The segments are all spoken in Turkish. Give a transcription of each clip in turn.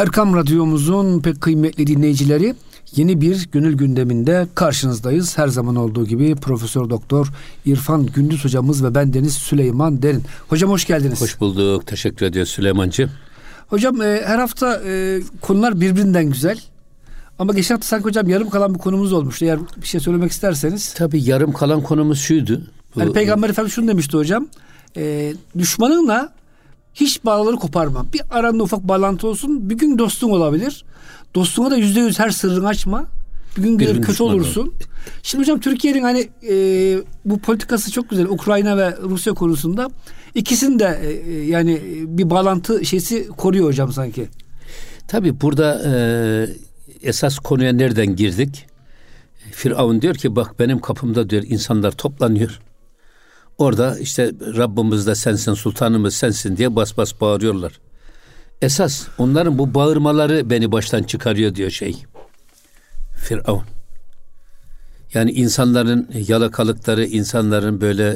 Erkam Radyomuzun pek kıymetli dinleyicileri, yeni bir gönül gündeminde karşınızdayız. Her zaman olduğu gibi Profesör Doktor İrfan Gündüz hocamız ve bendeniz Süleyman Derin. Hocam hoş geldiniz. Hoş bulduk. Teşekkür ediyoruz Süleymancığım. Hocam her hafta konular birbirinden güzel. Ama geçen hafta sanki hocam yarım kalan bir konumuz olmuştu. Eğer bir şey söylemek isterseniz. Tabii yarım kalan konumuz şuydu. Yani Peygamber Efendimiz şunu demişti hocam. Düşmanınla hiç bağları koparma. Bir aranda ufak bağlantı olsun. Bir gün dostun olabilir. Dostuna da %100 her sırrını açma. Bir gün gelir kötü olursun. Şimdi hocam Türkiye'nin hani bu politikası çok güzel. Ukrayna ve Rusya konusunda ikisinin de yani bir bağlantı şeysi koruyor hocam sanki. Tabii burada esas konuya nereden girdik? Firavun diyor ki bak benim kapımda diyor insanlar toplanıyor. Orada işte Rabbimiz de sensin, sultanımız sensin diye bas bas bağırıyorlar. Esas onların bu bağırmaları beni baştan çıkarıyor diyor Firavun. Yani insanların yalakalıkları, insanların böyle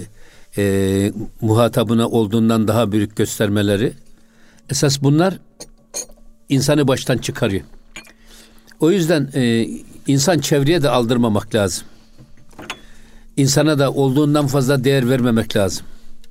muhatabına olduğundan daha büyük göstermeleri, esas bunlar insanı baştan çıkarıyor. O yüzden insan çevreye de aldırmamak lazım. İnsana da olduğundan fazla değer vermemek lazım.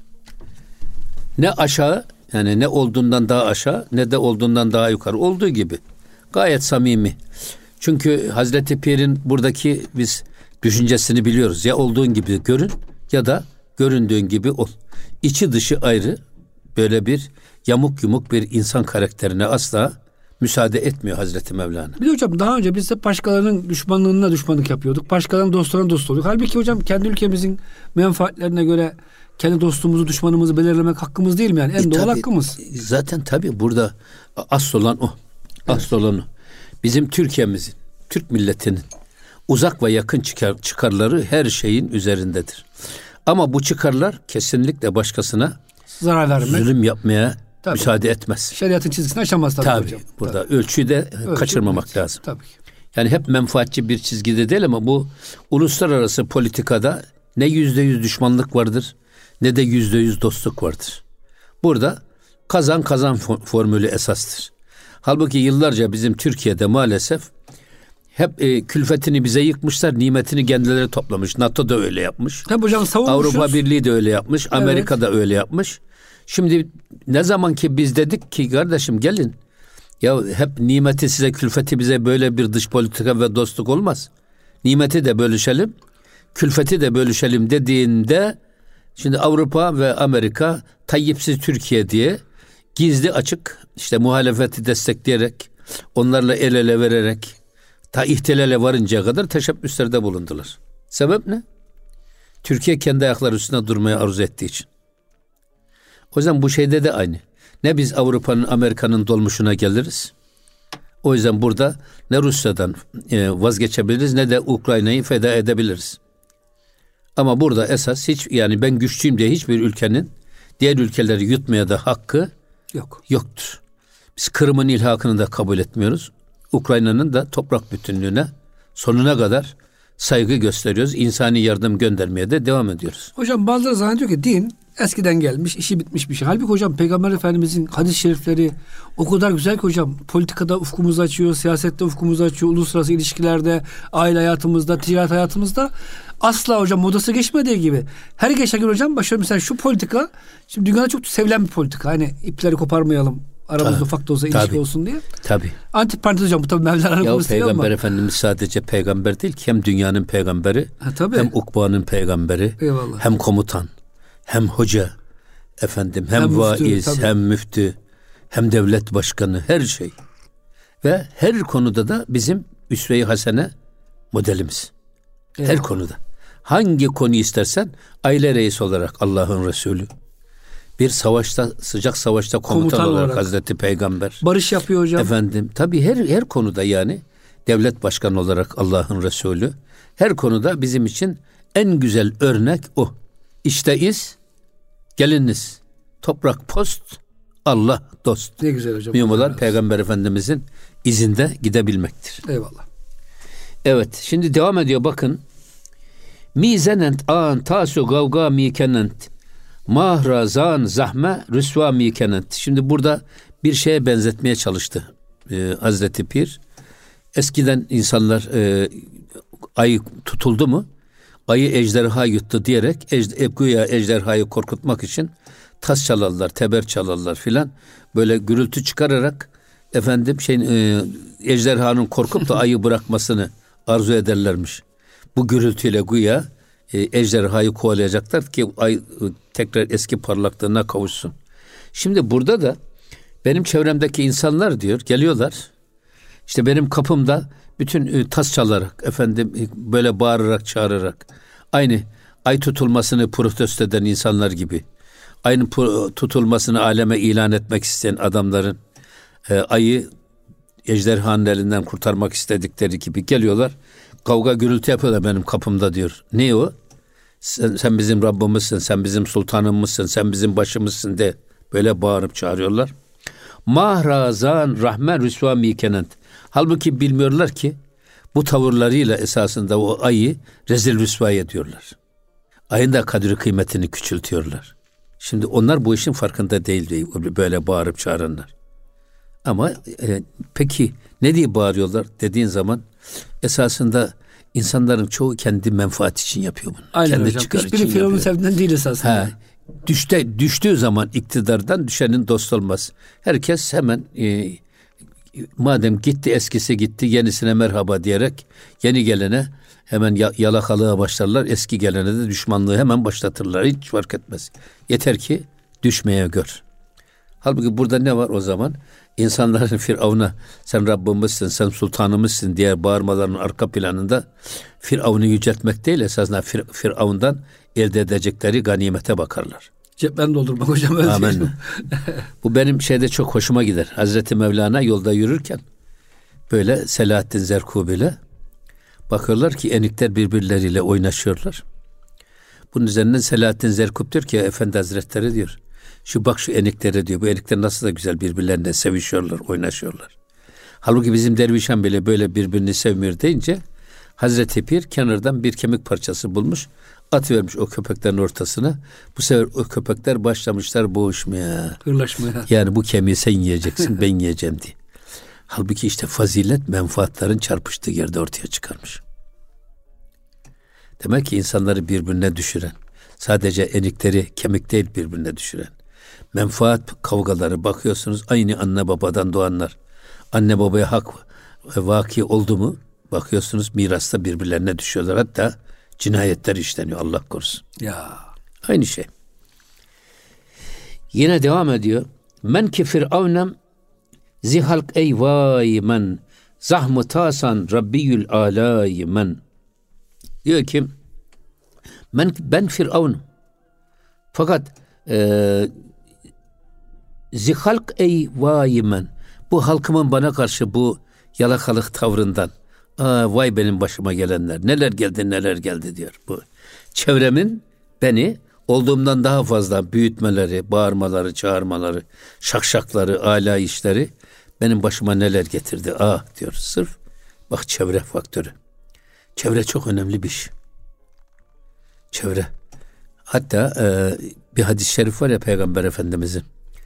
Ne aşağı, yani ne olduğundan daha aşağı, ne de olduğundan daha yukarı olduğu gibi. Gayet samimi. Çünkü Hazreti Pir'in buradaki biz düşüncesini biliyoruz. Ya olduğun gibi görün ya da göründüğün gibi ol. İçi dışı ayrı böyle bir yamuk yumuk bir insan karakterine asla müsaade etmiyor Hazreti Mevlana. Bir de hocam daha önce biz de başkalarının düşmanlığına düşmanlık yapıyorduk. Başkalarının dostlarına dost oluyorduk. Halbuki hocam kendi ülkemizin menfaatlerine göre kendi dostumuzu, düşmanımızı belirlemek hakkımız değil mi yani? En doğal hakkımız. Zaten tabii burada asıl olan o. Asıl olan o. Bizim Türkiye'mizin, Türk milletinin uzak ve yakın çıkarları her şeyin üzerindedir. Ama bu çıkarlar kesinlikle başkasına zarar vermek, zulüm yapmaya müsaade etmez. Şeriatın çizgisini aşamaz tabii hocam. Burada ölçüyü de kaçırmamak lazım. Tabii ki. Yani hep menfaatçi bir çizgide değil ama bu uluslararası politikada ne %100 düşmanlık vardır ne de %100 dostluk vardır. Burada kazan kazan formülü esastır. Halbuki yıllarca bizim Türkiye'de maalesef hep külfetini bize yıkmışlar, nimetini kendileri toplamış. NATO da öyle yapmış. Tabii hocam savunmuşuz. Avrupa Birliği de öyle yapmış, Amerika da öyle yapmış. Şimdi ne zaman ki biz dedik ki kardeşim gelin, ya hep nimeti size, külfeti bize, böyle bir dış politika ve dostluk olmaz. Nimeti de bölüşelim, külfeti de bölüşelim dediğinde şimdi Avrupa ve Amerika Tayyipsiz Türkiye diye gizli açık işte muhalefeti destekleyerek, onlarla el ele vererek ta ihtilale varıncaya kadar teşebbüslerde bulundular. Sebep ne? Türkiye kendi ayakları üstünde durmaya arzu ettiği için. O yüzden bu şeyde de aynı. Ne biz Avrupa'nın, Amerika'nın dolmuşuna geliriz. O yüzden burada ne Rusya'dan vazgeçebiliriz ne de Ukrayna'yı feda edebiliriz. Ama burada esas yani ben güçlüyüm diye hiçbir ülkenin diğer ülkeleri yutmaya da hakkı yoktur. Biz Kırım'ın ilhakını da kabul etmiyoruz. Ukrayna'nın da toprak bütünlüğüne sonuna kadar saygı gösteriyoruz. İnsani yardım göndermeye de devam ediyoruz. Hocam bazıları zannediyor ki din eskiden gelmiş, işi bitmiş bir şey. Halbuki hocam Peygamber Efendimizin hadis-i şerifleri o kadar güzel ki hocam. Politikada ufkumuzu açıyor, siyasette ufkumuzu açıyor, uluslararası ilişkilerde, aile hayatımızda, ticaret hayatımızda asla hocam modası geçmediği gibi. Her geçen gün hocam başlıyor mesela şu politika, şimdi dünyada çok sevilen bir politika. Hani ipleri koparmayalım, aramızda ufak da olsa ilişki olsun diye. Tabii. Antiparantez hocam bu tabii Mevlana'nın konusu değil ama. Peygamber Efendimiz sadece peygamber değil ki, hem dünyanın peygamberi, hem ukbanın peygamberi, hem komutan, hem hoca, hem vaiz, hem müftü, hem devlet başkanı, her şey. Ve her konuda da bizim üsve-i hasene modelimiz. Her konuda. Hangi konu istersen aile reisi olarak Allah'ın Resulü. Bir savaşta, sıcak savaşta komutan olarak Hazreti Peygamber. Barış yapıyor hocam. Tabii her konuda yani devlet başkanı olarak Allah'ın Resulü. Her konuda bizim için en güzel örnek o. İşte iz, geliniz. Toprak post, Allah dost. Ne güzel hocam. Mühim olan Peygamber Efendimizin izinde gidebilmektir. Eyvallah. Evet, şimdi devam ediyor bakın. Mizenent an tasu gavga mikenent. Mahra zan zahme rüsva mikenent. Şimdi burada bir şeye benzetmeye çalıştı Hazreti Pir, eskiden insanlar ayı tutuldu mu ayı ejderha yuttu diyerek güya ejderhayı korkutmak için tas çalarlar, teber çalarlar filan, böyle gürültü çıkararak ejderhanın korkup da ayı bırakmasını arzu ederlermiş. Bu gürültüyle güya ejderhayı kovalayacaklar ki ay tekrar eski parlaklığına kavuşsun. Şimdi burada da benim çevremdeki insanlar diyor, geliyorlar işte benim kapımda bütün tas çalarak, böyle bağırarak çağırarak, aynı ay tutulmasını protesto eden insanlar gibi, aynı tutulmasını aleme ilan etmek isteyen adamların ayı ejderhanın elinden kurtarmak istedikleri gibi geliyorlar, kavga gürültü yapıyorlar benim kapımda diyor. Ne o? Sen bizim Rabbimizsin, sen bizim sultanımızsın, sen bizim başımızsın de böyle bağırıp çağırıyorlar. Mahrazan rahmen rüsva mikenent. Halbuki bilmiyorlar ki bu tavırlarıyla esasında o ayı rezil rüsva ediyorlar. Ayın da kadri kıymetini küçültüyorlar. Şimdi onlar bu işin farkında değil böyle bağırıp çağıranlar. Ama peki ne diye bağırıyorlar dediğin zaman esasında insanların çoğu kendi menfaat için yapıyor bunu. Aynen kendi hocam. çıkar Hiçbiri için Firavun'un yapıyor. sevdiğinden değil esasında. Düştüğü zaman iktidardan düşenin dost olmaz. Herkes hemen madem gitti eskisi gitti yenisine merhaba diyerek yeni gelene hemen yalakalığa başlarlar. Eski gelene de düşmanlığı hemen başlatırlar. Hiç fark etmez. Yeter ki düşmeye gör. Halbuki burada ne var o zaman? İnsanların Firavun'a sen Rabbimizsin, sen sultanımızsın diye bağırmalarının arka planında Firavun'u yüceltmek değil, esasında Firavun'dan elde edecekleri ganimete bakarlar. Ceplerini doldurmak hocam. Amin. Bu benim çok hoşuma gider. Hazreti Mevlana yolda yürürken böyle Selahaddin Zerkubi'yle bakıyorlar ki enikler birbirleriyle oynaşıyorlar. Bunun üzerinden Selahaddin Zerkub diyor ki Efendi Hazretleri diyor, şu eniklere diyor, bu enikler nasıl da güzel birbirlerine sevişiyorlar, oynaşıyorlar. Halbuki bizim dervişan bile böyle birbirini sevmiyor deyince Hazreti Pir kenardan bir kemik parçası bulmuş, atıvermiş o köpeklerin ortasına. Bu sefer o köpekler başlamışlar boğuşmaya. Hırlaşmaya. Yani bu kemiği sen yiyeceksin, ben yiyeceğim diye. Halbuki işte fazilet menfaatlerin çarpıştığı yerde ortaya çıkarmış. Demek ki insanları birbirine düşüren, sadece enikleri kemik değil birbirine düşüren, menfaat kavgaları bakıyorsunuz aynı anne babadan doğanlar. Anne babaya hak vaki oldu mu bakıyorsunuz mirasta birbirlerine düşüyorlar. Hatta cinayetler işleniyor Allah korusun. Ya. Aynı şey. Yine devam ediyor. Men ki firavnem zihalk ey vay men zahmı tasan rabbiyül alâyi men. Diyor ki ben Firavun'um. Fakat zihalk ey vay men, bu halkımın bana karşı bu yalakalık tavrından vay benim başıma gelenler, neler geldi diyor. Bu çevremin beni olduğumdan daha fazla büyütmeleri, bağırmaları, çağırmaları, şakşakları, âlâ işleri benim başıma neler getirdi diyor. Sırf bak çevre faktörü. Çevre çok önemli bir şey. Çevre. Hatta bir hadis-i şerif var ya Peygamber Efendimizin.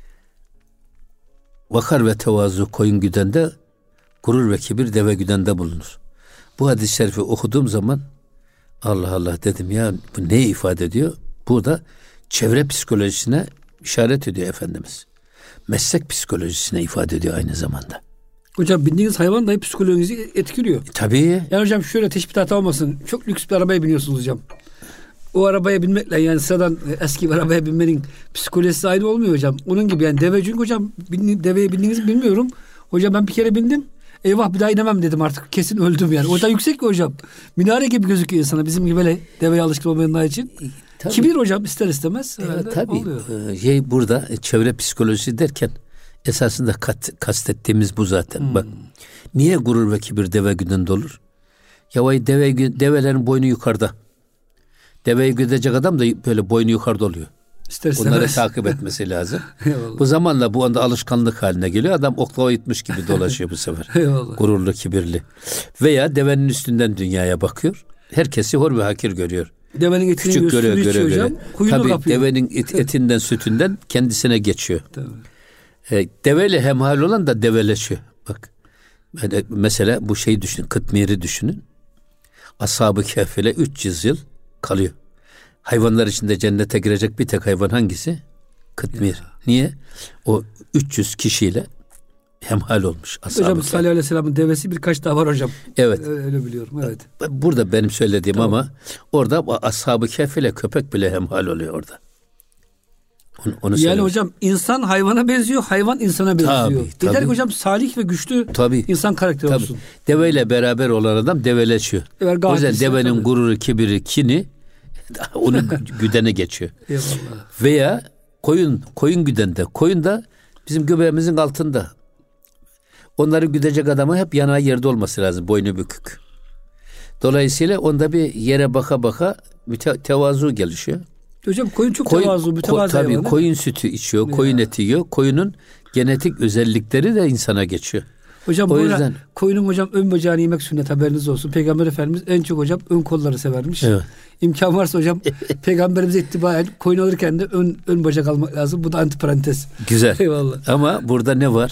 Vakar ve tevazu koyun güdende, gurur ve kibir deve güdende bulunur. Bu hadis-i şerifi okuduğum zaman Allah Allah dedim ya bu ne ifade ediyor? Burada çevre psikolojisine işaret ediyor Efendimiz. Meslek psikolojisine ifade ediyor aynı zamanda. Hocam bindiğiniz hayvan dahi psikolojinizi etkiliyor. Tabii. Yani hocam şöyle teşbih hata olmasın. Çok lüks bir arabaya biniyorsunuz hocam. O arabaya binmekle yani sıradan eski bir arabaya binmenin psikolojisi aynı olmuyor hocam. Onun gibi yani devecik hocam deveye bindiğinizi bilmiyorum. Hocam ben bir kere bindim. Eyvah bir daha inemem dedim artık. Kesin öldüm yani. O da yüksek mi hocam? Minare gibi gözüküyor insana. Bizim gibi böyle deveye alışkın olmayanlar için. Tabii. Kibir hocam ister istemez. Tabii. Oluyor. Burada çevre psikolojisi derken esasında kastettiğimiz bu zaten. Bak niye gurur ve kibir deve güdende olur? Ya vay develerin boynu yukarıda. Deveyi güdecek adam da böyle boynu yukarıda oluyor. Onları takip etmesi lazım. Bu zamanla bu anda alışkanlık haline geliyor. Adam oklava itmiş gibi dolaşıyor bu sefer. Gururlu, kibirli. Veya devenin üstünden dünyaya bakıyor. Herkesi hor ve hakir görüyor. Devenin etini küçük göre hocam. Tabii kapıyor. Devenin etinden sütünden kendisine geçiyor. Deveyle hemhal olan da develeşiyor. Bak. Mesela bu şeyi düşünün. Kıtmir'i düşünün. Ashab-ı Kehf'le 300 yıl kalıyor. Hayvanlar içinde cennete girecek bir tek hayvan hangisi? Kıtmir. Ya. Niye? O 300 kişiyle hemhal olmuş. Hocam Salih Aleyhisselam'ın devesi birkaç daha var hocam. Evet. Öyle biliyorum. Evet. Burada benim söylediğim tamam. Ama orada Ashab-ı Kehf ile köpek bile hemhal oluyor orada. Onu yani hocam insan hayvana benziyor, hayvan insana benziyor. Yeter ki hocam salih ve güçlü insan karakteri olsun. Deveyle beraber olan adam develeşiyor. Evet, o yüzden devenin gururu, kibiri, kini onun güdene geçiyor. Eyvallah. Veya koyun güdende. Koyun da bizim göbeğimizin altında. Onları güdecek adamı hep yanağı yerde olması lazım. Boynu bükük. Dolayısıyla onda bir yere baka baka tevazu gelişiyor. Hocam koyun çok tevazu, mütevazı tabii hayvan, koyun sütü içiyor, koyun eti yiyor. Koyunun genetik özellikleri de insana geçiyor. Hocam o yüzden koyunun hocam ön bacağını yemek sünnet, haberiniz olsun. Peygamber Efendimiz en çok hocam ön kolları severmiş. Evet. İmkan varsa hocam Peygamberimize itibaren koyun alırken de ön bacak almak lazım. Bu da antiparantez. Güzel. Eyvallah. Ama burada ne var?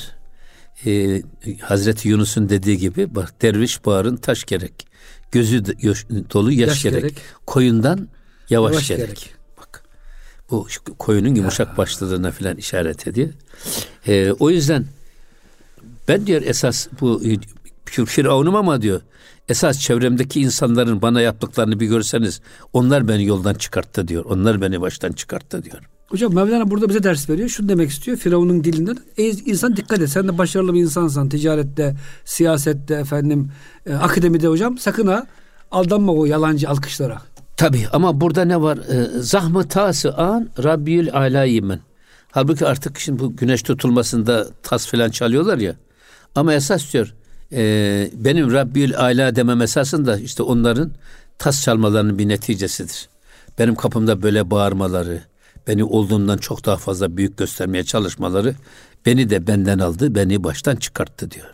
Hazreti Yunus'un dediği gibi bak, derviş bağırın taş gerek. Gözü dolu yaş gerek. Koyundan yavaş gerek. Bak, bu koyunun yumuşak başladığına filan işaret ediyor. O yüzden ben diyor esas bu Firavun'um ama diyor esas çevremdeki insanların bana yaptıklarını bir görseniz onlar beni yoldan çıkarttı diyor. Onlar beni baştan çıkarttı diyor. Hocam Mevlana burada bize ders veriyor. Şunu demek istiyor Firavun'un dilinden. İnsan dikkat et. Sen de başarılı bir insansan. Ticarette, siyasette, akademide hocam. Sakın ha aldanma o yalancı alkışlara. Tabii ama burada ne var? Zahmı tası an Rabbiyül Alâyimen. Halbuki artık şimdi bu güneş tutulmasında tas filan çalıyorlar ya. Ama esas diyor benim Rabbiyül Alâ demem esasında işte onların tas çalmalarının bir neticesidir. Benim kapımda böyle bağırmaları, beni olduğumdan çok daha fazla büyük göstermeye çalışmaları beni de benden aldı, beni baştan çıkarttı diyor.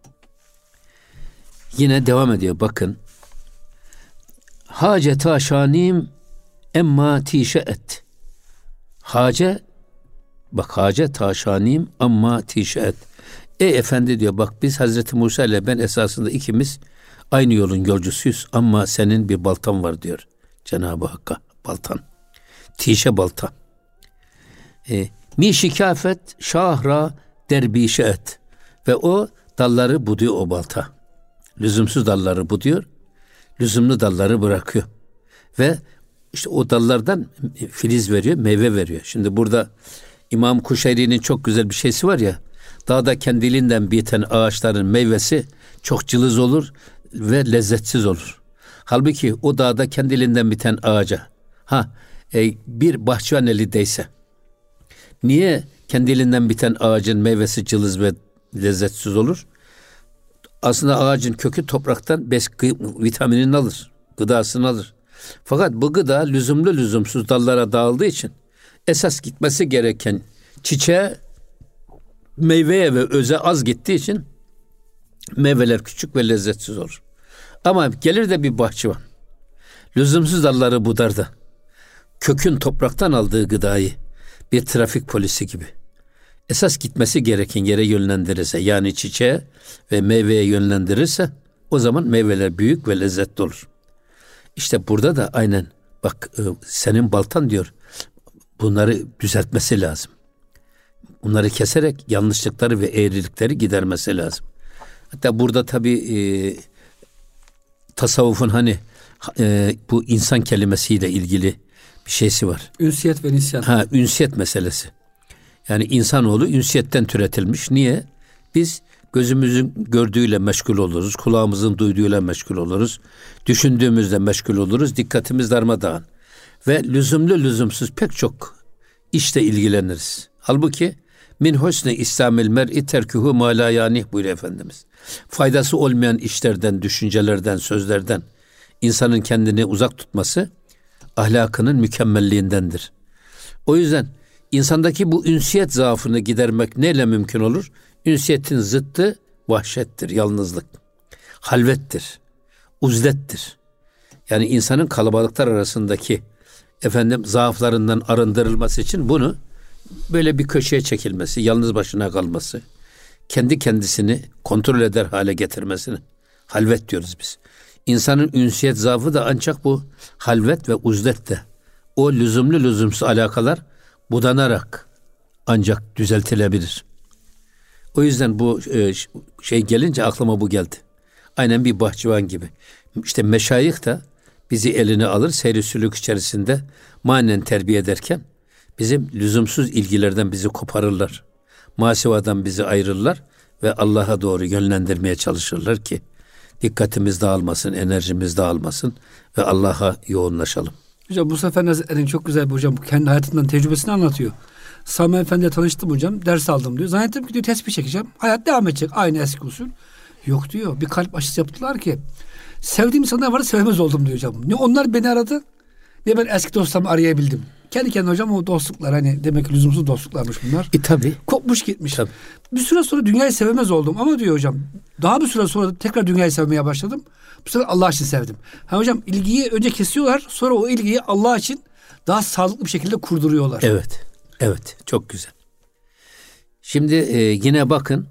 Yine devam ediyor bakın. Hace taşanim emma tişeet. Hace taşanim emma tişeet. Ey efendi diyor bak biz Hazreti Musa ile ben esasında ikimiz aynı yolun yolcusuyuz ama senin bir baltan var diyor Cenab-ı Hakk'a, baltan. Tişe balta. Mi şikafet şahra derbişet. Ve o dalları buduyor o balta. Lüzumsuz dalları buduyor. Lüzumlu dalları bırakıyor. Ve işte o dallardan filiz veriyor, meyve veriyor. Şimdi burada İmam Kuşeyri'nin çok güzel bir şeysi var ya. Dağda kendiliğinden biten ağaçların meyvesi çok cılız olur ve lezzetsiz olur. Halbuki o dağda kendiliğinden biten ağaca bir bahçıvan eli değse, niye kendiliğinden biten ağacın meyvesi cılız ve lezzetsiz olur? Aslında ağacın kökü topraktan vitaminini alır, gıdasını alır. Fakat bu gıda lüzumlu lüzumsuz dallara dağıldığı için esas gitmesi gereken çiçeğe, meyveye ve öze az gittiği için meyveler küçük ve lezzetsiz olur. Ama gelir de bir bahçıvan, lüzumsuz dalları budar da kökün topraktan aldığı gıdayı bir trafik polisi gibi esas gitmesi gereken yere yönlendirirse, yani çiçeğe ve meyveye yönlendirirse o zaman meyveler büyük ve lezzetli olur. İşte burada da aynen bak senin baltan diyor, bunları düzeltmesi lazım. Bunları keserek yanlışlıkları ve eğrilikleri gidermesi lazım. Hatta burada tabii tasavvufun bu insan kelimesiyle ilgili bir şeysi var. Ünsiyet ve nisyan. Ünsiyet meselesi. Yani insanoğlu ünsiyetten türetilmiş. Niye? Biz gözümüzün gördüğüyle meşgul oluruz, kulağımızın duyduğuyla meşgul oluruz, düşündüğümüzle meşgul oluruz, dikkatimiz darmadağın. Ve lüzumlu lüzumsuz pek çok işle ilgileniriz. Halbuki min husni İslamil mer'i terkuhu ma la yanih buyuruyor Efendimiz. Faydası olmayan işlerden, düşüncelerden, sözlerden insanın kendini uzak tutması ahlakının mükemmelliğindendir. O yüzden insandaki bu ünsiyet zaafını gidermek neyle mümkün olur? Ünsiyetin zıttı vahşettir, yalnızlık, halvettir, uzlettir. Yani insanın kalabalıklar arasındaki zaaflarından arındırılması için bunu böyle bir köşeye çekilmesi, yalnız başına kalması, kendi kendisini kontrol eder hale getirmesini halvet diyoruz biz. İnsanın ünsiyet zaafı da ancak bu halvet ve uzlette, o lüzumlu lüzumsuz alakalar budanarak ancak düzeltilebilir. O yüzden bu şey gelince aklıma bu geldi. Aynen bir bahçıvan gibi. İşte meşayih de bizi eline alır, seyri sülük içerisinde manen terbiye ederken bizim lüzumsuz ilgilerden bizi koparırlar. Masivadan bizi ayırırlar ve Allah'a doğru yönlendirmeye çalışırlar ki dikkatimiz dağılmasın, enerjimiz dağılmasın ve Allah'a yoğunlaşalım. Hocam bu sefer Hazretleri'nin çok güzel bir hocam kendi hayatından tecrübesini anlatıyor. Sami Efendi'yle tanıştım hocam, ders aldım diyor. Zannettim ki diyor tesbih çekeceğim, hayat devam edecek aynı eski usul. Yok diyor, bir kalp aşısı yaptılar ki sevdiğim insanlar vardı, sevemez oldum diyor hocam. Ne onlar beni aradı ne ben eski dostlarımı arayabildim. Kendi kendine hocam o dostluklar hani demek ki lüzumsuz dostluklarmış bunlar. Tabii. Kopmuş gitmiş. Tabii. Bir süre sonra dünyayı sevemez oldum ama diyor hocam daha bir süre sonra tekrar dünyayı sevmeye başladım. Bu sefer Allah için sevdim. Ha hocam ilgiyi önce kesiyorlar, sonra o ilgiyi Allah için daha sağlıklı bir şekilde kurduruyorlar. Evet. Evet. Çok güzel. Şimdi yine bakın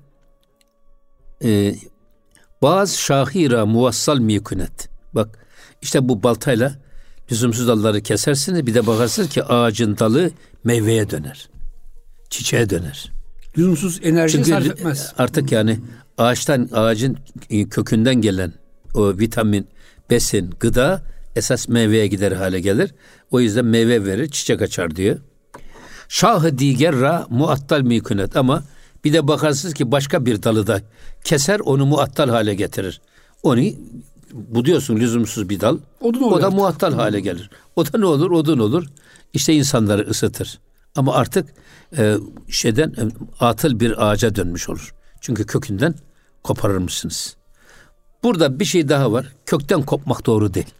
bazı şahira muvassal mikunet. Bak işte bu baltayla lüzumsuz dalları kesersiniz, bir de bakarsınız ki ağacın dalı meyveye döner. Çiçeğe döner. Lüzumsuz enerji sarf etmez. Artık yani ağacın kökünden gelen o vitamin, besin, gıda esas meyveye gider hale gelir. O yüzden meyve verir, çiçek açar diyor. Şahı digerra muattal mikunet, ama bir de bakarsınız ki başka bir dalı da keser, onu muattal hale getirir. Onu bu diyorsun lüzumsuz bir dal. O da muattal hale gelir. O da ne olur? Odun olur. İşte insanları ısıtır. Ama artık atıl bir ağaca dönmüş olur. Çünkü kökünden koparır mısınız? Burada bir şey daha var. Kökten kopmak doğru değil.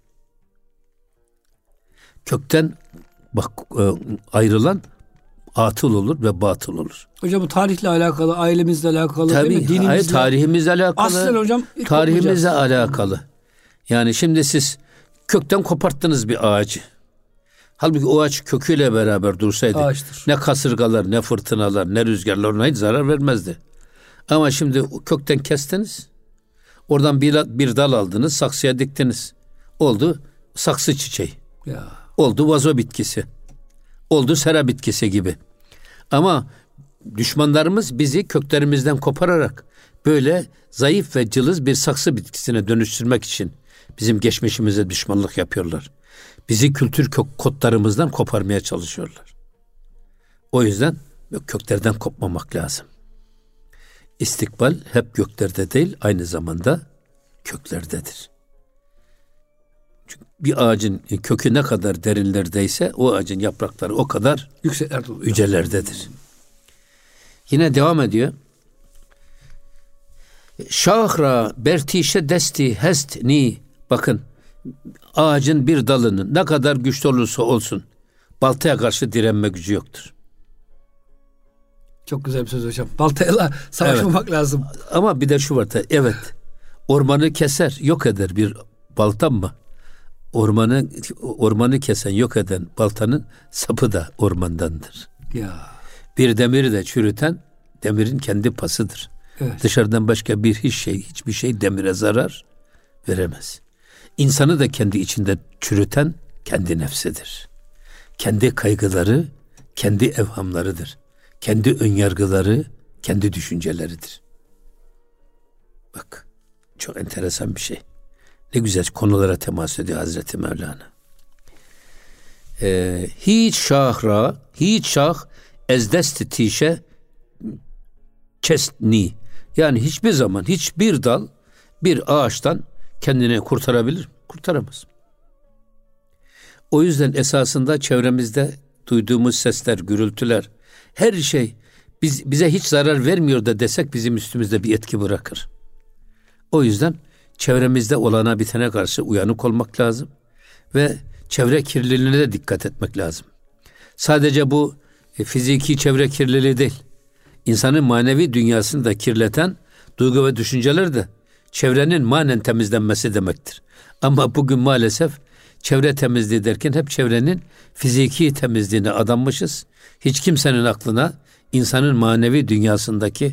Kökten ayrılan atıl olur ve batıl olur. Hocam bu tarihle alakalı, ailemizle alakalı, tabii, değil mi? Dinimizle. Tarihimizle alakalı. Aslen hocam. Tarihimizle alakalı. Yani şimdi siz kökten koparttınız bir ağacı. Halbuki o ağaç köküyle beraber dursaydı ağaçtır. Ne kasırgalar, ne fırtınalar, ne rüzgarlar ona hiç zarar vermezdi. Ama şimdi kökten kestiniz. Oradan bir dal aldınız, saksıya diktiniz. Oldu saksı çiçeği. Ya. Oldu vazo bitkisi. Oldu sera bitkisi gibi. Ama düşmanlarımız bizi köklerimizden kopararak böyle zayıf ve cılız bir saksı bitkisine dönüştürmek için bizim geçmişimize düşmanlık yapıyorlar. Bizi kültür kodlarımızdan koparmaya çalışıyorlar. O yüzden köklerden kopmamak lazım. İstikbal hep göklerde değil, aynı zamanda köklerdedir. Çünkü bir ağacın kökü ne kadar derinlerdeyse o ağacın yaprakları o kadar yücelerdedir. Yine devam ediyor. Şahra bertişe desti hest ni. Bakın ağacın bir dalının ne kadar güçlü olursa olsun baltaya karşı direnme gücü yoktur. Çok güzel bir söz hocam. Baltayla savaşmamak lazım. Ama bir de şu var. Evet. Ormanı keser, yok eder bir balta mı? Ormanı kesen, yok eden baltanın sapı da ormandandır. Ya. Bir demiri de çürüten demirin kendi pasıdır. Evet. Dışarıdan başka hiçbir şey demire zarar veremez. İnsanı da kendi içinde çürüten kendi nefsidir. Kendi kaygıları, kendi evhamlarıdır. Kendi önyargıları, kendi düşünceleridir. Bak, çok enteresan bir şey. Ne güzel konulara temas ediyor Hazreti Mevlana. Hiç şah ezdesti tişe çestni. Yani hiçbir zaman hiçbir dal bir ağaçtan kendini kurtarabilir mi? Kurtaramaz. O yüzden esasında çevremizde duyduğumuz sesler, gürültüler, her şey bize hiç zarar vermiyor da desek bizim üstümüzde bir etki bırakır. O yüzden çevremizde olana bitene karşı uyanık olmak lazım ve çevre kirliliğine de dikkat etmek lazım. Sadece bu fiziki çevre kirliliği değil. İnsanın manevi dünyasını da kirleten duygu ve düşünceler de çevrenin manen temizlenmesi demektir. Ama bugün maalesef çevre temizliği derken hep çevrenin fiziki temizliğine adanmışız. Hiç kimsenin aklına insanın manevi dünyasındaki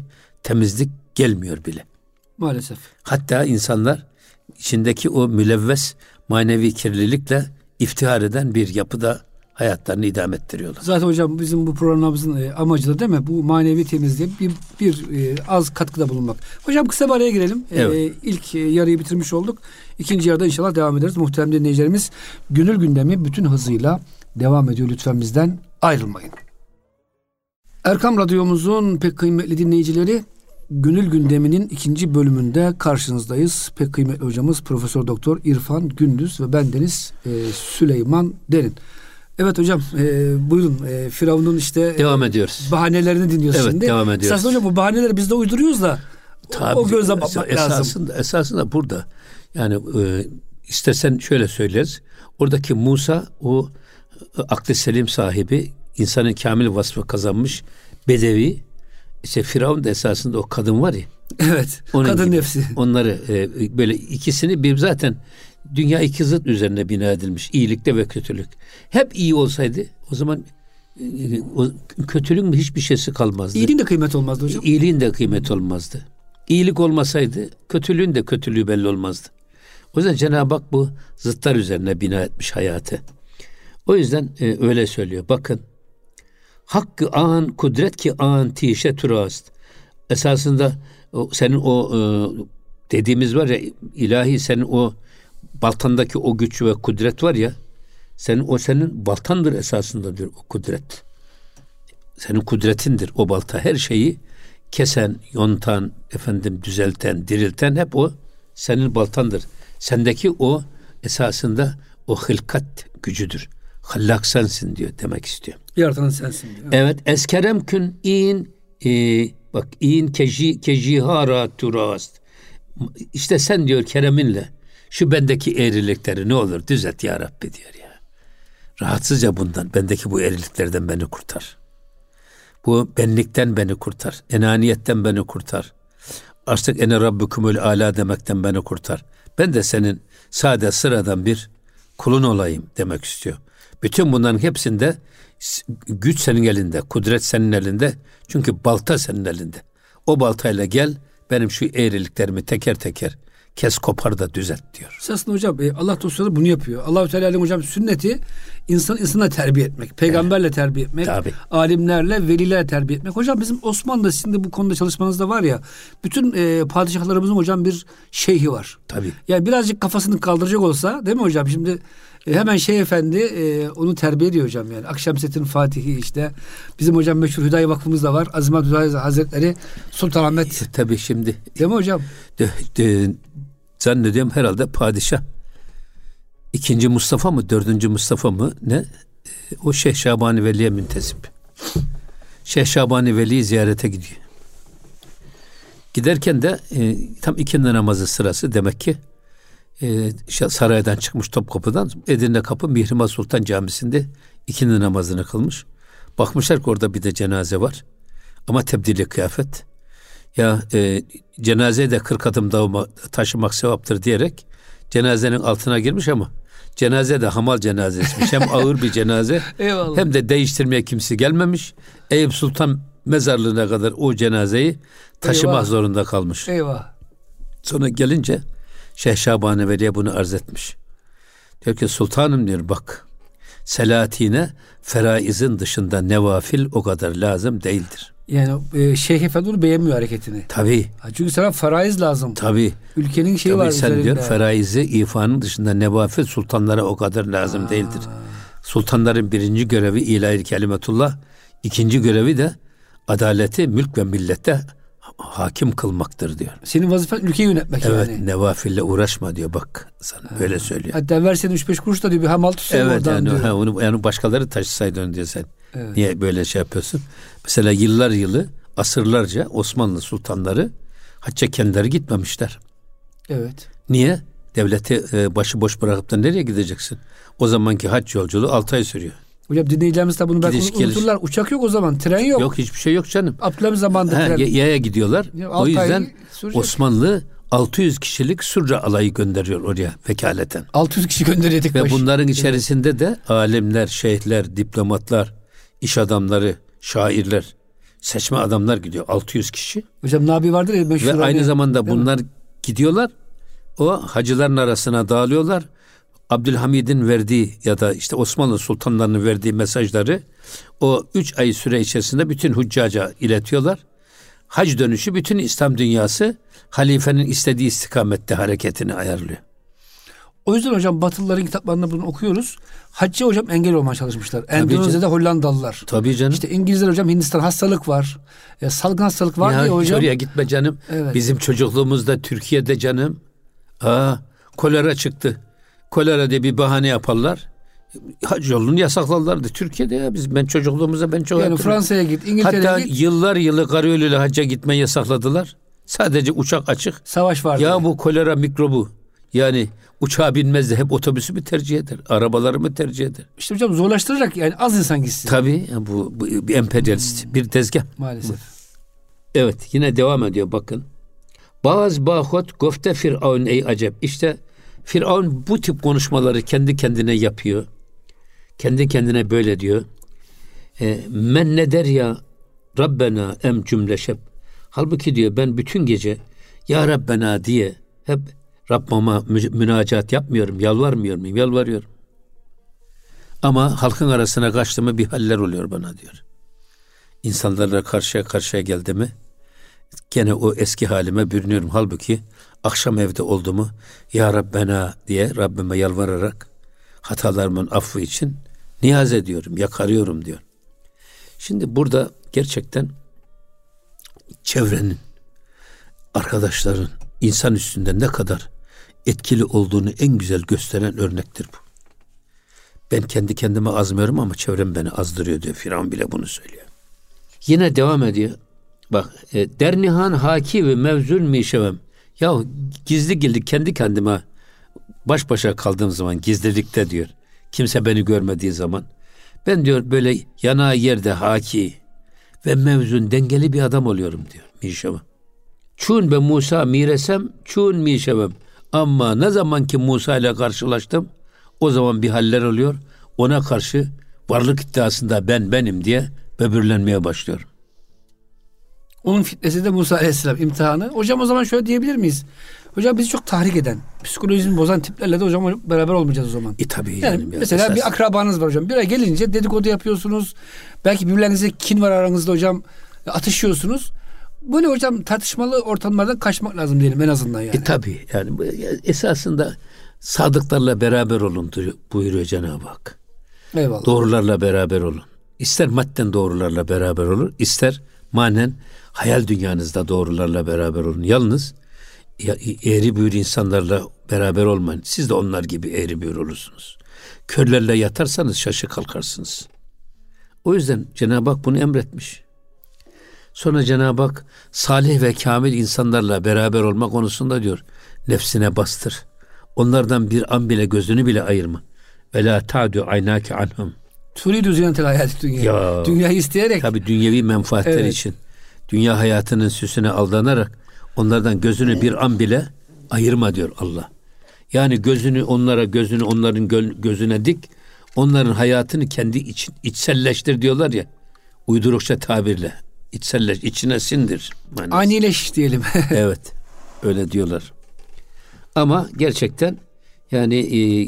temizlik gelmiyor bile. Maalesef. Hatta insanlar içindeki o mülevves manevi kirlilikle iftihar eden bir yapıda hayatlarını idame ettiriyorlar. Zaten hocam bizim bu programımızın amacı da değil mi? Bu manevi temizliğe bir az katkıda bulunmak. Hocam kısa bir araya girelim. Evet. İlk yarıyı bitirmiş olduk. İkinci yarıda inşallah devam ederiz. Muhterem dinleyicilerimiz, Gönül Gündemi bütün hızıyla devam ediyor. Lütfen bizden ayrılmayın. Erkam Radyomuzun pek kıymetli dinleyicileri, Gönül Gündemi'nin ikinci bölümünde karşınızdayız. Pek kıymetli hocamız Profesör Doktor İrfan Gündüz ve bendeniz Süleyman Derin. Evet hocam, buyurun. Firavun'un işte devam ediyoruz. Bahanelerini dinliyoruz evet, şimdi. Devam ediyoruz. Esasında hocam bu bahaneleri biz de uyduruyoruz da tabii, o gözle bakmak lazım. Esasında burada yani istersen şöyle söyleriz. Oradaki Musa o aklı selim sahibi, insanın kamil vasfı kazanmış bedevi. İşte Firavun da esasında o kadın var ya. Evet. Kadın gibi, nefsi. Onları böyle ikisini bir zaten dünya iki zıt üzerine bina edilmiş. İyilikte ve kötülük. Hep iyi olsaydı o zaman o kötülüğün hiçbir şeysi kalmazdı. İyiliğin de kıymeti olmazdı hocam. İyiliğin de kıymeti olmazdı. İyilik olmasaydı kötülüğün de kötülüğü belli olmazdı. O yüzden Cenab-ı Hak bu zıtlar üzerine bina etmiş hayatı. O yüzden öyle söylüyor. Bakın. Hakkı an kudret ki an tişe türast. Esasında senin o dediğimiz var ya, ilahi senin o baltandaki o güç ve kudret var ya, senin baltandır esasında diyor o kudret. Senin kudretindir o balta. Her şeyi kesen, yontan, düzelten, dirilten hep o senin baltandır. Sendeki o esasında o hılkat gücüdür. Hallak sensin diyor, demek istiyor. Yaratan sensin diyor. Evet. Eskerem kün in kejihara turast. İşte sen diyor kereminle şu bendeki eğrilikleri ne olur düzelt ya Rabbi diyor ya. Rahatsızca bundan, bendeki bu eğriliklerden beni kurtar. Bu benlikten beni kurtar. Enaniyetten beni kurtar. Artık ene rabbukumul ala demekten beni kurtar. Ben de senin sade sıradan bir kulun olayım demek istiyor. Bütün bunların hepsinde güç senin elinde, kudret senin elinde. Çünkü balta senin elinde. O baltayla gel, benim şu eğriliklerimi teker teker kes, kopar da düzelt diyor. Aslında hocam Allah dostları bunu yapıyor. Allah-u Teala'nın hocam sünneti insana terbiye etmek, peygamberle terbiye etmek, tabii, alimlerle, velilerle terbiye etmek. Hocam bizim Osmanlı'da sizin de bu konuda çalışmanızda var ya, bütün padişahlarımızın hocam bir şeyhi var. Tabii. Yani birazcık kafasını kaldıracak olsa, değil mi hocam? Şimdi hemen Şeyh Efendi onu terbiye ediyor hocam yani. Akşemseddin Fatihi işte. Bizim hocam meşhur Hüdayi Vakfımız da var. Azimat Hüdayi Hazretleri Sultanahmet. Tabii şimdi. Değil mi hocam? Zannediyorum herhalde padişah 2. Mustafa mı 4. Mustafa mı ne? O Şeyh Şabani Veli'ye müntesip. Şeyh Şabani Veli'yi ziyarete gidiyor. Giderken de tam ikindi namazı sırası demek ki saraydan çıkmış Topkapı'dan Edirne Kapı Mihrimah Sultan Camisi'nde ikindi namazını kılmış. Bakmışlar ki orada bir de cenaze var. Ama tebdili kıyafet. Ya cenazeyi de 40 adım taşımak sevaptır diyerek cenazenin altına girmiş ama cenaze de hamal cenazesiymiş. Hem ağır bir cenaze hem de değiştirmeye kimse gelmemiş. Eyüp Sultan mezarlığına kadar o cenazeyi taşımak zorunda kalmış. Eyvah. Sonra gelince Şeyh Şabani Veli'ye bunu arz etmiş. Diyor ki sultanım diyor bak, selatine feraizin dışında nevafil o kadar lazım değildir. Yani Şeyh Efendi onu beğenmiyor hareketini. Tabii. Çünkü sana faraiz lazım. Tabii. Ülkenin şeyi tabii var sen üzerinde. Diyor feraizi ifanın dışında nevafil sultanlara o kadar lazım değildir. Sultanların birinci görevi ilahi kelimetullah, ikinci görevi de adaleti mülk ve millete hakim kılmaktır diyor. Senin vazifen ülkeyi yönetmek evet, yani. Evet, nevafille uğraşma diyor bak sana böyle söylüyor. Hatta versen 3-5 kuruş da diyor bir hamal tutsun evet, oradan yani, diyor. Onu yani başkaları taşısaydı onu diyor sen. Evet. Niye böyle şey yapıyorsun? Mesela yıllar yılı asırlarca Osmanlı sultanları hacca kendileri gitmemişler. Evet. Niye? Devleti başıboş bırakıp da nereye gideceksin? O zamanki hac yolculuğu 6 ay sürüyor. Hocam dinleyicilerimiz de bunu belki unuturlar. Uçak yok o zaman, tren yok. Yok, hiçbir şey yok canım. Abdülhamit zamanında tren. Yaya gidiyorlar. O yüzden Osmanlı 600 kişilik Sürre alayı gönderiyor oraya vekaleten. 600 kişi gönderiyorduk. Ve bunların içerisinde de alimler, şeyhler, diplomatlar, iş adamları, şairler, Seçme adamlar gidiyor. 600 kişi. Hocam Nabi vardır ya meşhur. Ve aynı zamanda bunlar gidiyorlar. O hacıların arasına dağılıyorlar. Abdülhamid'in verdiği ya da işte Osmanlı sultanlarının verdiği mesajları o 3 ay süre içerisinde bütün hüccaca iletiyorlar. Hac dönüşü bütün İslam dünyası halifenin istediği istikamette hareketini ayarlıyor. O yüzden hocam Batılıların kitaplarında bunu okuyoruz. Hacca hocam engel olmaya çalışmışlar. Endonezya'da Hollandalılar. Tabii canım. İşte İngilizler hocam Hindistan hastalık var. Salgın hastalık var diye hocam. Oraya gitme canım. Evet. Bizim çocukluğumuzda Türkiye'de canım. Kolera çıktı. Kolera diye bir bahane yaparlar. Hac yolunu yasakladılardı. Türkiye'de ya ben çocukluğumuzda ben çok yani Fransa'ya git, İngiltere'ye hatta git. Hatta yıllar yılı karayoluyla hacca gitmeyi yasakladılar. Sadece uçak açık. Savaş vardı. Ya bu kolera mikrobu yani uçağa binmez de hep otobüsü mü tercih eder? Arabaları mı tercih eder? İşte hocam zorlaştırarak yani az insan gitsin. Tabii bu bir emperyalist bir tezgah. Maalesef. Evet yine devam ediyor bakın. Bazı bahot gofte Firavun ey acep. İşte Firavun bu tip konuşmaları kendi kendine yapıyor. Kendi kendine böyle diyor. Men ne der ya Rabbena em cümleşep. Halbuki diyor ben bütün gece ya Rabbena diye hep Rabbama münacat yapmıyorum, yalvarmıyorum, yalvarıyorum. Ama halkın arasına kaçtığımı bir haller oluyor bana diyor. İnsanlarla karşıya karşıya geldi mi gene o eski halime bürünüyorum. Halbuki akşam evde olduğumu ya Rabbena diye Rabbime yalvararak hatalarımın affı için niyaz ediyorum, yakarıyorum diyor. Şimdi burada gerçekten çevrenin, arkadaşların insan üstünde ne kadar etkili olduğunu en güzel gösteren örnektir bu. Ben kendi kendime azmıyorum ama çevrem beni azdırıyor diyor. Firavun bile bunu söylüyor. Yine devam ediyor. Bak dernihan haki ve mevzul mişevem. Ya gizli kendi kendime baş başa kaldığım zaman gizlilikte diyor. Kimse beni görmediği zaman. Ben diyor böyle yanağı yerde haki ve mevzun dengeli bir adam oluyorum diyor. Mişevem. Çun be Musa miresem çun mişevem. Ama ne zaman ki Musa ile karşılaştım o zaman bir haller oluyor. Ona karşı varlık iddiasında benim diye böbürlenmeye başlıyorum. Onun fitnesi de Musa Aleyhisselam imtihanı. Hocam o zaman şöyle diyebilir miyiz? Hocam bizi çok tahrik eden, psikolojisini bozan tiplerle de hocam beraber olmayacağız o zaman. Tabii yani mesela esas. Bir akrabanız var hocam. Bir ay gelince dedikodu yapıyorsunuz. Belki birbirlerinize kin var aranızda hocam. Atışıyorsunuz. Böyle hocam tartışmalı ortamlardan kaçmak lazım diyelim en azından yani. Tabii yani esasında sadıklarla beraber olun buyuruyor Cenab-ı Hak. Eyvallah. Doğrularla beraber olun. İster madden doğrularla beraber olun, ister manen hayal dünyanızda doğrularla beraber olun. Yalnız eğri büğür insanlarla beraber olmayın. Siz de onlar gibi eğri büğür olursunuz. Körlerle yatarsanız şaşı kalkarsınız. O yüzden Cenab-ı Hak bunu emretmiş. Sonra Cenab-ı Hak salih ve kamil insanlarla beraber olma konusunda diyor nefsine bastır. Onlardan bir an bile gözünü bile ayırma. Ve la ta'du aynake anhum. Turidu zinetel hayatı dünya. Dünyayı isteyerek. Tabii dünyevi menfaatler için. Dünya hayatının süsüne aldanarak onlardan gözünü bir an bile ayırma diyor Allah. Yani gözünü onların gözüne dik. Onların hayatını kendi içselleştir diyorlar ya. Uydurukça tabirle. İçselleş, içine sindir. Manası. Anileş diyelim. Evet. Öyle diyorlar. Ama gerçekten yani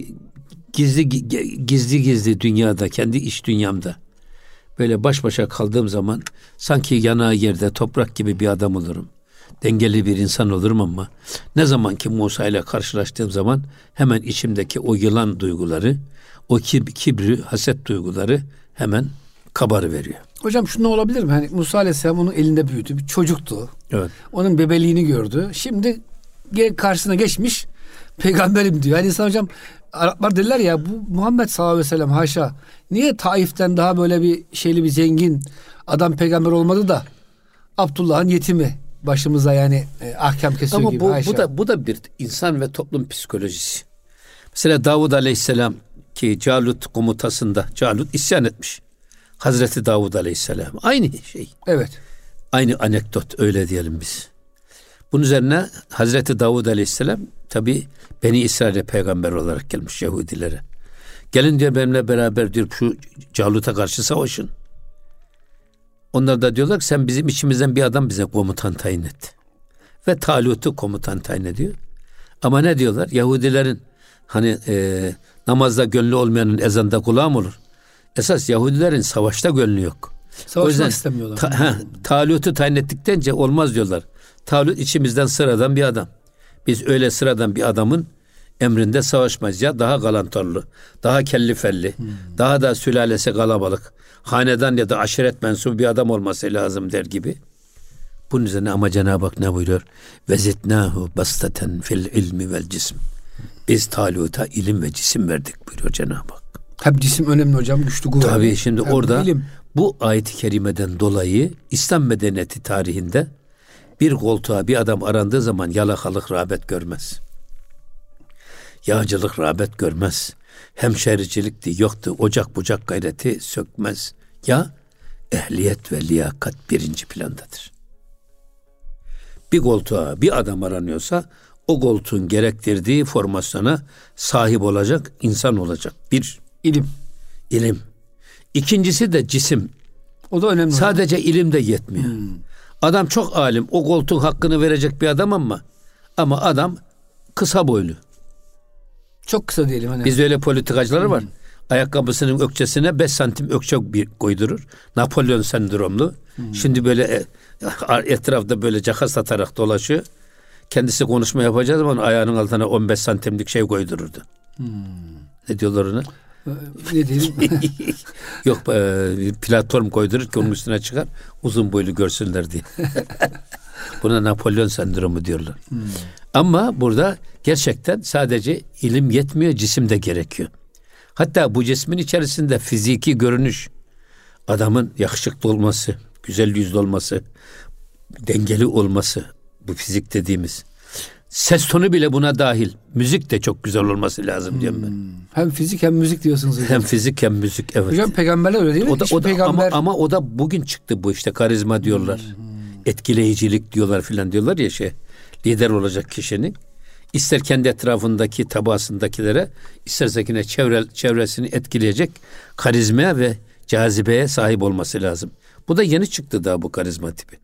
gizli dünyada, kendi iç dünyamda böyle baş başa kaldığım zaman sanki yanağı yerde toprak gibi bir adam olurum. Dengeli bir insan olurum ama ne zaman ki Musa ile karşılaştığım zaman hemen içimdeki o yılan duyguları, o kibri, haset duyguları hemen kabarıveriyor. Hocam şunu olabilir mi? Hani Musa Aleyhisselam onun elinde büyüdü. Bir çocuktu. Evet. Onun bebeliğini gördü. Şimdi karşısına geçmiş peygamberim diyor. Yani insan hocam Araplar derler ya bu Muhammed sallallahu aleyhi ve sellem haşa niye Taif'ten daha böyle bir bir zengin adam peygamber olmadı da Abdullah'ın yetimi başımıza yani ahkam kesiyor ama gibi. Ama bu da bir insan ve toplum psikolojisi. Mesela Davud Aleyhisselam ki Calut komutasında Calut isyan etmiş. Hazreti Davud Aleyhisselam aynı şey. Evet. Aynı anekdot öyle diyelim biz. Bunun üzerine Hazreti Davud Aleyhisselam tabi Beni İsrail'e peygamber olarak gelmiş Yahudilere. Gelin diyor benimle beraber diyor şu Calut'a karşı savaşın. Onlar da diyorlar ki sen bizim içimizden bir adam bize komutan tayin et. Ve Talut'u komutan tayin ediyor. Ama ne diyorlar? Yahudilerin hani namazda gönlü olmayanın ezanda kulağı mı olur? Esas Yahudilerin savaşta gönlü yok. Savaşmak istemiyorlar. Talut'u tayin ettikten olmaz diyorlar. Talut içimizden sıradan bir adam. Biz öyle sıradan bir adamın emrinde savaşmayız. Ya daha galantorlu, daha kellifelli, daha da sülalesi kalabalık, hanedan ya da aşiret mensubu bir adam olması lazım der gibi. Bunun üzerine ama Cenab-ı Hak ne buyuruyor? Vezidnahu bastaten fil ilmi vel cism. Biz Talut'a ilim ve cisim verdik buyuruyor Cenab-ı Hak. Hep cisim önemli hocam, güçlü kuvvetli. Tabii şimdi hem orada ilim. Bu ayet-i kerimeden dolayı İslam medeniyeti tarihinde bir koltuğa bir adam arandığı zaman yalakalık rağbet görmez. Yağcılık rağbet görmez. Hemşericilik yoktu. Ocak bucak gayreti sökmez. Ya ehliyet ve liyakat birinci plandadır. Bir koltuğa bir adam aranıyorsa o koltuğun gerektirdiği formasyona sahip olacak insan olacak. Bir, ilim. İkincisi de cisim. O da önemli. Sadece ilim de yetmiyor. Adam çok alim, o koltuğun hakkını verecek bir adam ama adam kısa boylu. Çok kısa diyelim. Hani. Bizde öyle politikacılar var. Ayakkabısının ökçesine 5 santim ökçe koydurur. Napolyon sendromlu. Şimdi böyle etrafta böyle caka satarak dolaşıyor. Kendisi konuşma yapacağı zaman ayağının altına 15 santimlik şey koydururdu. Ne diyorlar ona? Ne diyelim? Yok platform koydurur ki onun üstüne çıkar. Uzun boylu görsünler diye. Buna Napolyon sendromu diyorlar. Ama burada gerçekten sadece ilim yetmiyor, cisim de gerekiyor. Hatta bu cismin içerisinde fiziki görünüş, adamın yakışıklı olması, güzel yüzlü olması, dengeli olması, bu fizik dediğimiz. Ses tonu bile buna dahil. Müzik de çok güzel olması lazım diyorum ben. Hem fizik hem müzik diyorsunuz hocam. Hem fizik hem müzik, evet. Hocam peygamberler öyle değil mi? O da, ama o da bugün çıktı bu işte karizma diyorlar. Etkileyicilik diyorlar filan diyorlar ya lider olacak kişinin. İster kendi etrafındaki tabasındakilere, isterse çevresini etkileyecek karizmaya ve cazibeye sahip olması lazım. Bu da yeni çıktı daha bu karizma tipi.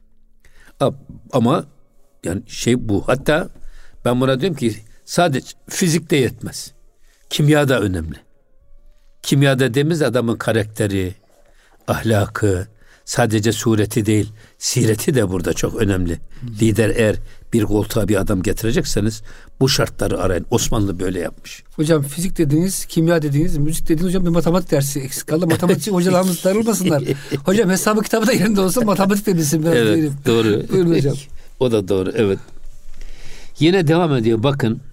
Ama yani bu. Hatta ben buna diyorum ki sadece fizik de yetmez. Kimya da önemli. Kimya dediğimiz adamın karakteri, ahlakı, sadece sureti değil, sireti de burada çok önemli. Lider eğer bir koltuğa bir adam getirecekseniz bu şartları arayın. Osmanlı böyle yapmış. Hocam fizik dediğiniz, kimya dediğiniz, müzik dediğiniz hocam bir matematik dersi eksik kaldı. Matematik hocalarımız darılmasınlar. Hocam hesabı kitabı da yerinde olsa matematik de bilsin. Evet, diyelim. doğru. Buyurun hocam. O da doğru, evet. Yine devam ediyor bakın.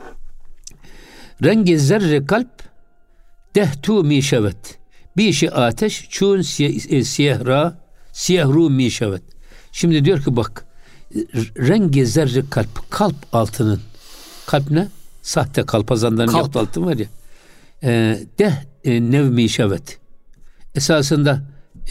Rengi zerre kalp dehtu mişevet. Bir işi ateş çun siyehru mişevet. Şimdi diyor ki bak rengi zerre kalp altının. Kalp ne? Sahte kalpazanların yaptığı altın var ya. Nev mişevet. Esasında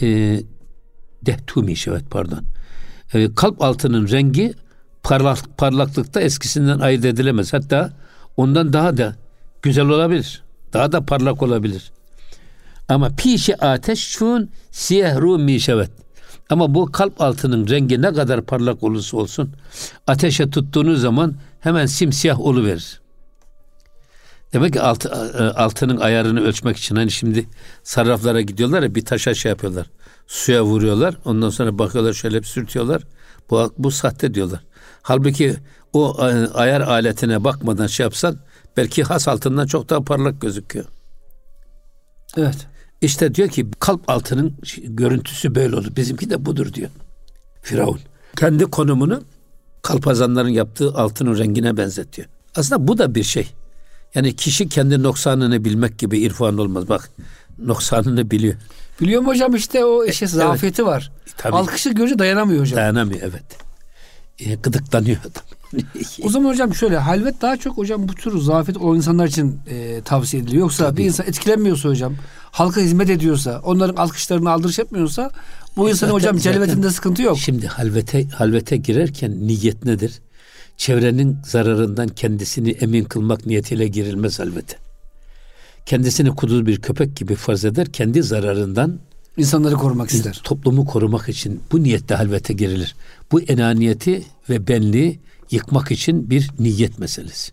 dehtu mişevet pardon. Kalp altının rengi parlaklıkta eskisinden ayırt edilemez. Hatta ondan daha da güzel olabilir. Daha da parlak olabilir. Ama pişi ateş şun siyehru mişevet. Ama bu kalp altının rengi ne kadar parlak olursa olsun ateşe tuttuğunuz zaman hemen simsiyah oluverir. Demek ki altının ayarını ölçmek için hani şimdi sarraflara gidiyorlar ya bir taşa yapıyorlar. Suya vuruyorlar. Ondan sonra bakıyorlar şöyle bir sürtüyorlar. Bu sahte diyorlar. Halbuki o ayar aletine bakmadan yapsan belki has altından çok daha parlak gözüküyor. Evet. İşte diyor ki kalp altının görüntüsü böyle olur. Bizimki de budur diyor. Firavun. Kendi konumunu kalpazanların yaptığı altının rengine benzetiyor. Aslında bu da bir şey. Yani kişi kendi noksanını bilmek gibi irfan olmaz. Bak noksanını biliyor. Biliyor mu hocam işte o zafiyeti evet. Var. Tabii. Alkışı görünce dayanamıyor hocam. Dayanamıyor evet. Gıdıklanıyor adam. O zaman hocam şöyle halvet daha çok hocam bu tür zafiyet o insanlar için tavsiye ediliyor. Yoksa tabii. Bir insan etkilenmiyorsa hocam halka hizmet ediyorsa onların alkışlarını aldırış yapmıyorsa bu insanın hocam celvetinde sıkıntı yok. Şimdi halvete girerken niyet nedir? Çevrenin zararından kendisini emin kılmak niyetiyle girilmez halvete. Kendisini kuduz bir köpek gibi farz eder kendi zararından İnsanları korumak ister. Toplumu korumak için bu niyetle halvete girilir. Bu enaniyeti ve benliği yıkmak için bir niyet meselesi.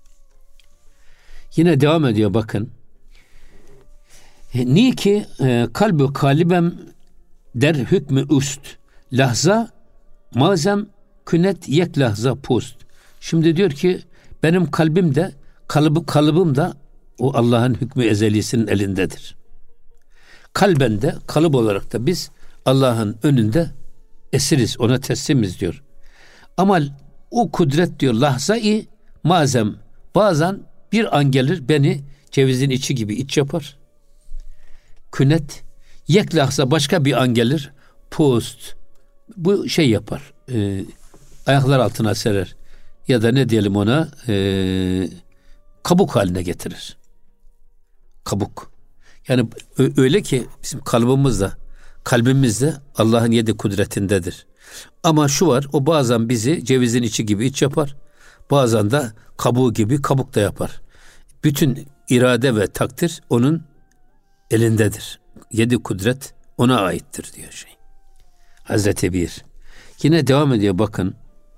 Yine devam ediyor bakın. Ni ki kalbi kalibem der hükmü üst. Lahza mazem künet yek lahza pust. Şimdi diyor ki benim kalbim de kalıbım da o Allah'ın hükmü ezelisinin elindedir. Kalben de kalıp olarak da biz Allah'ın önünde esiriz, ona teslimiz diyor. Ama o kudret diyor lahza-i mazem bazen bir an gelir beni cevizin içi gibi iç yapar. Künet yek lahza başka bir an gelir post bu şey yapar. Ayaklar altına serer. Ya da ne diyelim ona kabuk haline getirir. Kabuk. Yani öyle ki bizim kalbimizde Allah'ın 7 kudretindedir. Ama şu var, o bazen bizi cevizin içi gibi iç yapar. Bazen de kabuğu gibi kabuk da yapar. Bütün irade ve takdir onun elindedir. 7 kudret ona aittir diyor şey. Hazreti Bir. Yine devam ediyor bakın.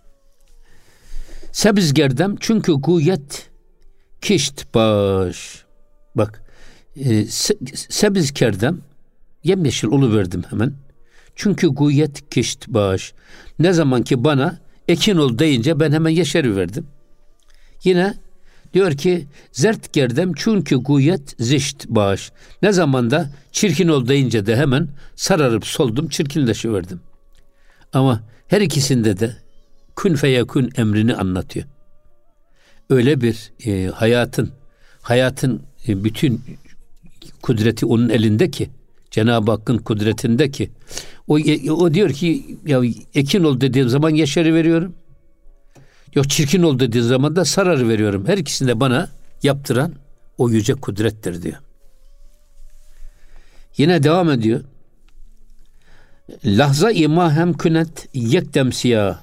Sebiz gerdem çünkü guyet kişt baş. Bak sebiz kerdem yemyeşil oluverdim hemen. Çünkü guyet kişt baş. Ne zaman ki bana ekin ol deyince ben hemen yeşeriverdim. Yine diyor ki zert gerdem çünkü guyet zişt baş. Ne zaman da çirkin ol deyince de hemen sararıp soldum, çirkinleşiverdim. Ama her ikisinde de kün feyekün emrini anlatıyor. Öyle bir hayatın bütün kudreti onun elinde ki, Cenab-ı Hakk'ın kudretinde ki, o diyor ki ya ekin ol dediğim zaman yeşeri veriyorum. Yok çirkin ol dediği zaman da sararı veriyorum. Her ikisini de bana yaptıran o yüce kudrettir diyor. Yine devam ediyor. Lahza-i mahem künet yekdem siyah.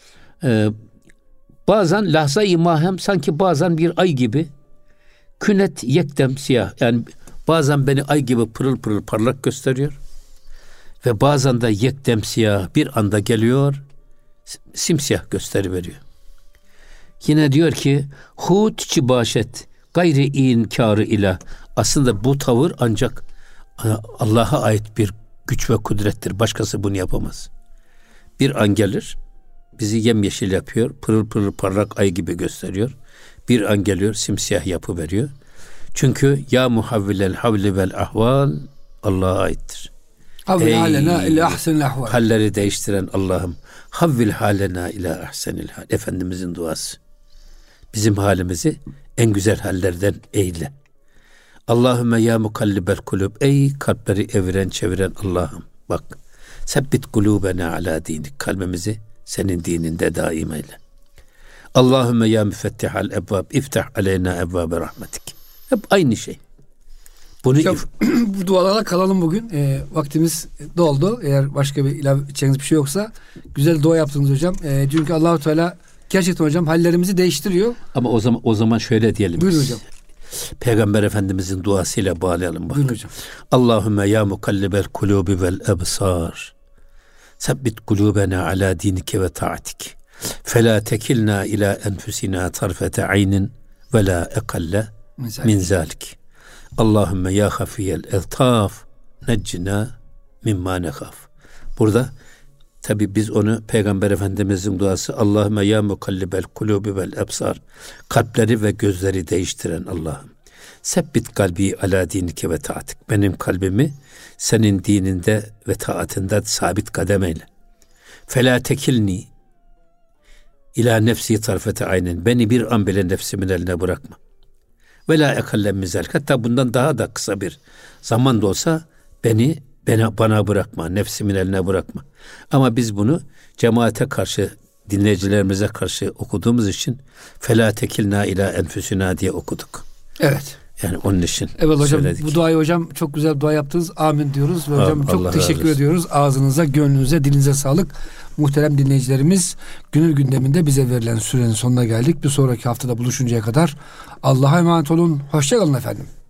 Bazen lahza-i mahem sanki bazen bir ay gibi künet yekdem siyah. Yani bazen beni ay gibi pırıl pırıl parlak gösteriyor. Ve bazen de yekdem siyah bir anda geliyor simsiyah gösteriveriyor. Yine diyor ki hut çibaşet gayri inkârı ilah. Aslında bu tavır ancak Allah'a ait bir güç ve kudrettir. Başkası bunu yapamaz. Bir an gelir bizi yemyeşil yapıyor. Pırıl pırıl parlak ay gibi gösteriyor. Bir an geliyor simsiyah yapıveriyor. Çünkü ya muhavvilel havli vel ahval Allah'a aittir. Havvil halena ila ahsenil ahval. Halleri değiştiren Allah'ım. Havvil halena ila ahsenil hal. Efendimizin duası. Bizim halimizi en güzel hallerden eyle. Allahümme ya mukallibel kulub. Ey kalpleri eviren çeviren Allah'ım. Bak. Sebbit kulubena ala dinik. Kalbimizi senin dininde daim eyle. Allahümme ya müfettihal ebvab. İftah aleyna ebvabe rahmetik. Hep aynı şey. Bunu bu dualara kalalım bugün. Vaktimiz doldu. Eğer başka bir ilave edeceğiniz bir şey yoksa güzel dua yaptınız hocam. Çünkü Allah-u Teala gerçekten hocam hallerimizi değiştiriyor. Ama o zaman şöyle diyelim. Buyurun hocam. Peygamber Efendimizin duasıyla bağlayalım bak. Buyurun hocam. Allahümme ya mukallibel kulubi vel ebsar. Sebbit kulubena ala dinike ve ta'atik. Fela tekilna ila enfusina tarfete aynin ve la ekalle min zalik. Allahümme ya hafiyel eltaf neccina mimma nekhaf. Burada tabi biz onu Peygamber Efendimizin duası Allahümme ya mukallibel kulubi vel ebsar. Kalpleri ve gözleri değiştiren Allah'ım. Sebbit kalbi ala dinike ve taatik. Benim kalbimi senin dininde ve taatinde sabit kadem eyle. Fela tekilni ila nefsi tarfete aynen. Beni bir an bile nefsimin eline bırakma. Ve la ekallem mizel. Hatta bundan daha da kısa bir zaman da olsa bana bırakma. Nefsimin eline bırakma. Ama biz bunu cemaate karşı, dinleyicilerimize karşı okuduğumuz için fela tekilna ila enfüsina diye okuduk. Evet. Yani onun için evet hocam söyledik. Bu duayı hocam çok güzel dua yaptınız. Amin diyoruz. Ve hocam çok Allah teşekkür ediyoruz. Ağzınıza, gönlünüze, dilinize sağlık. Muhterem dinleyicilerimiz, gönül gündeminde bize verilen sürenin sonuna geldik. Bir sonraki haftada buluşuncaya kadar Allah'a emanet olun. Hoşça kalın efendim.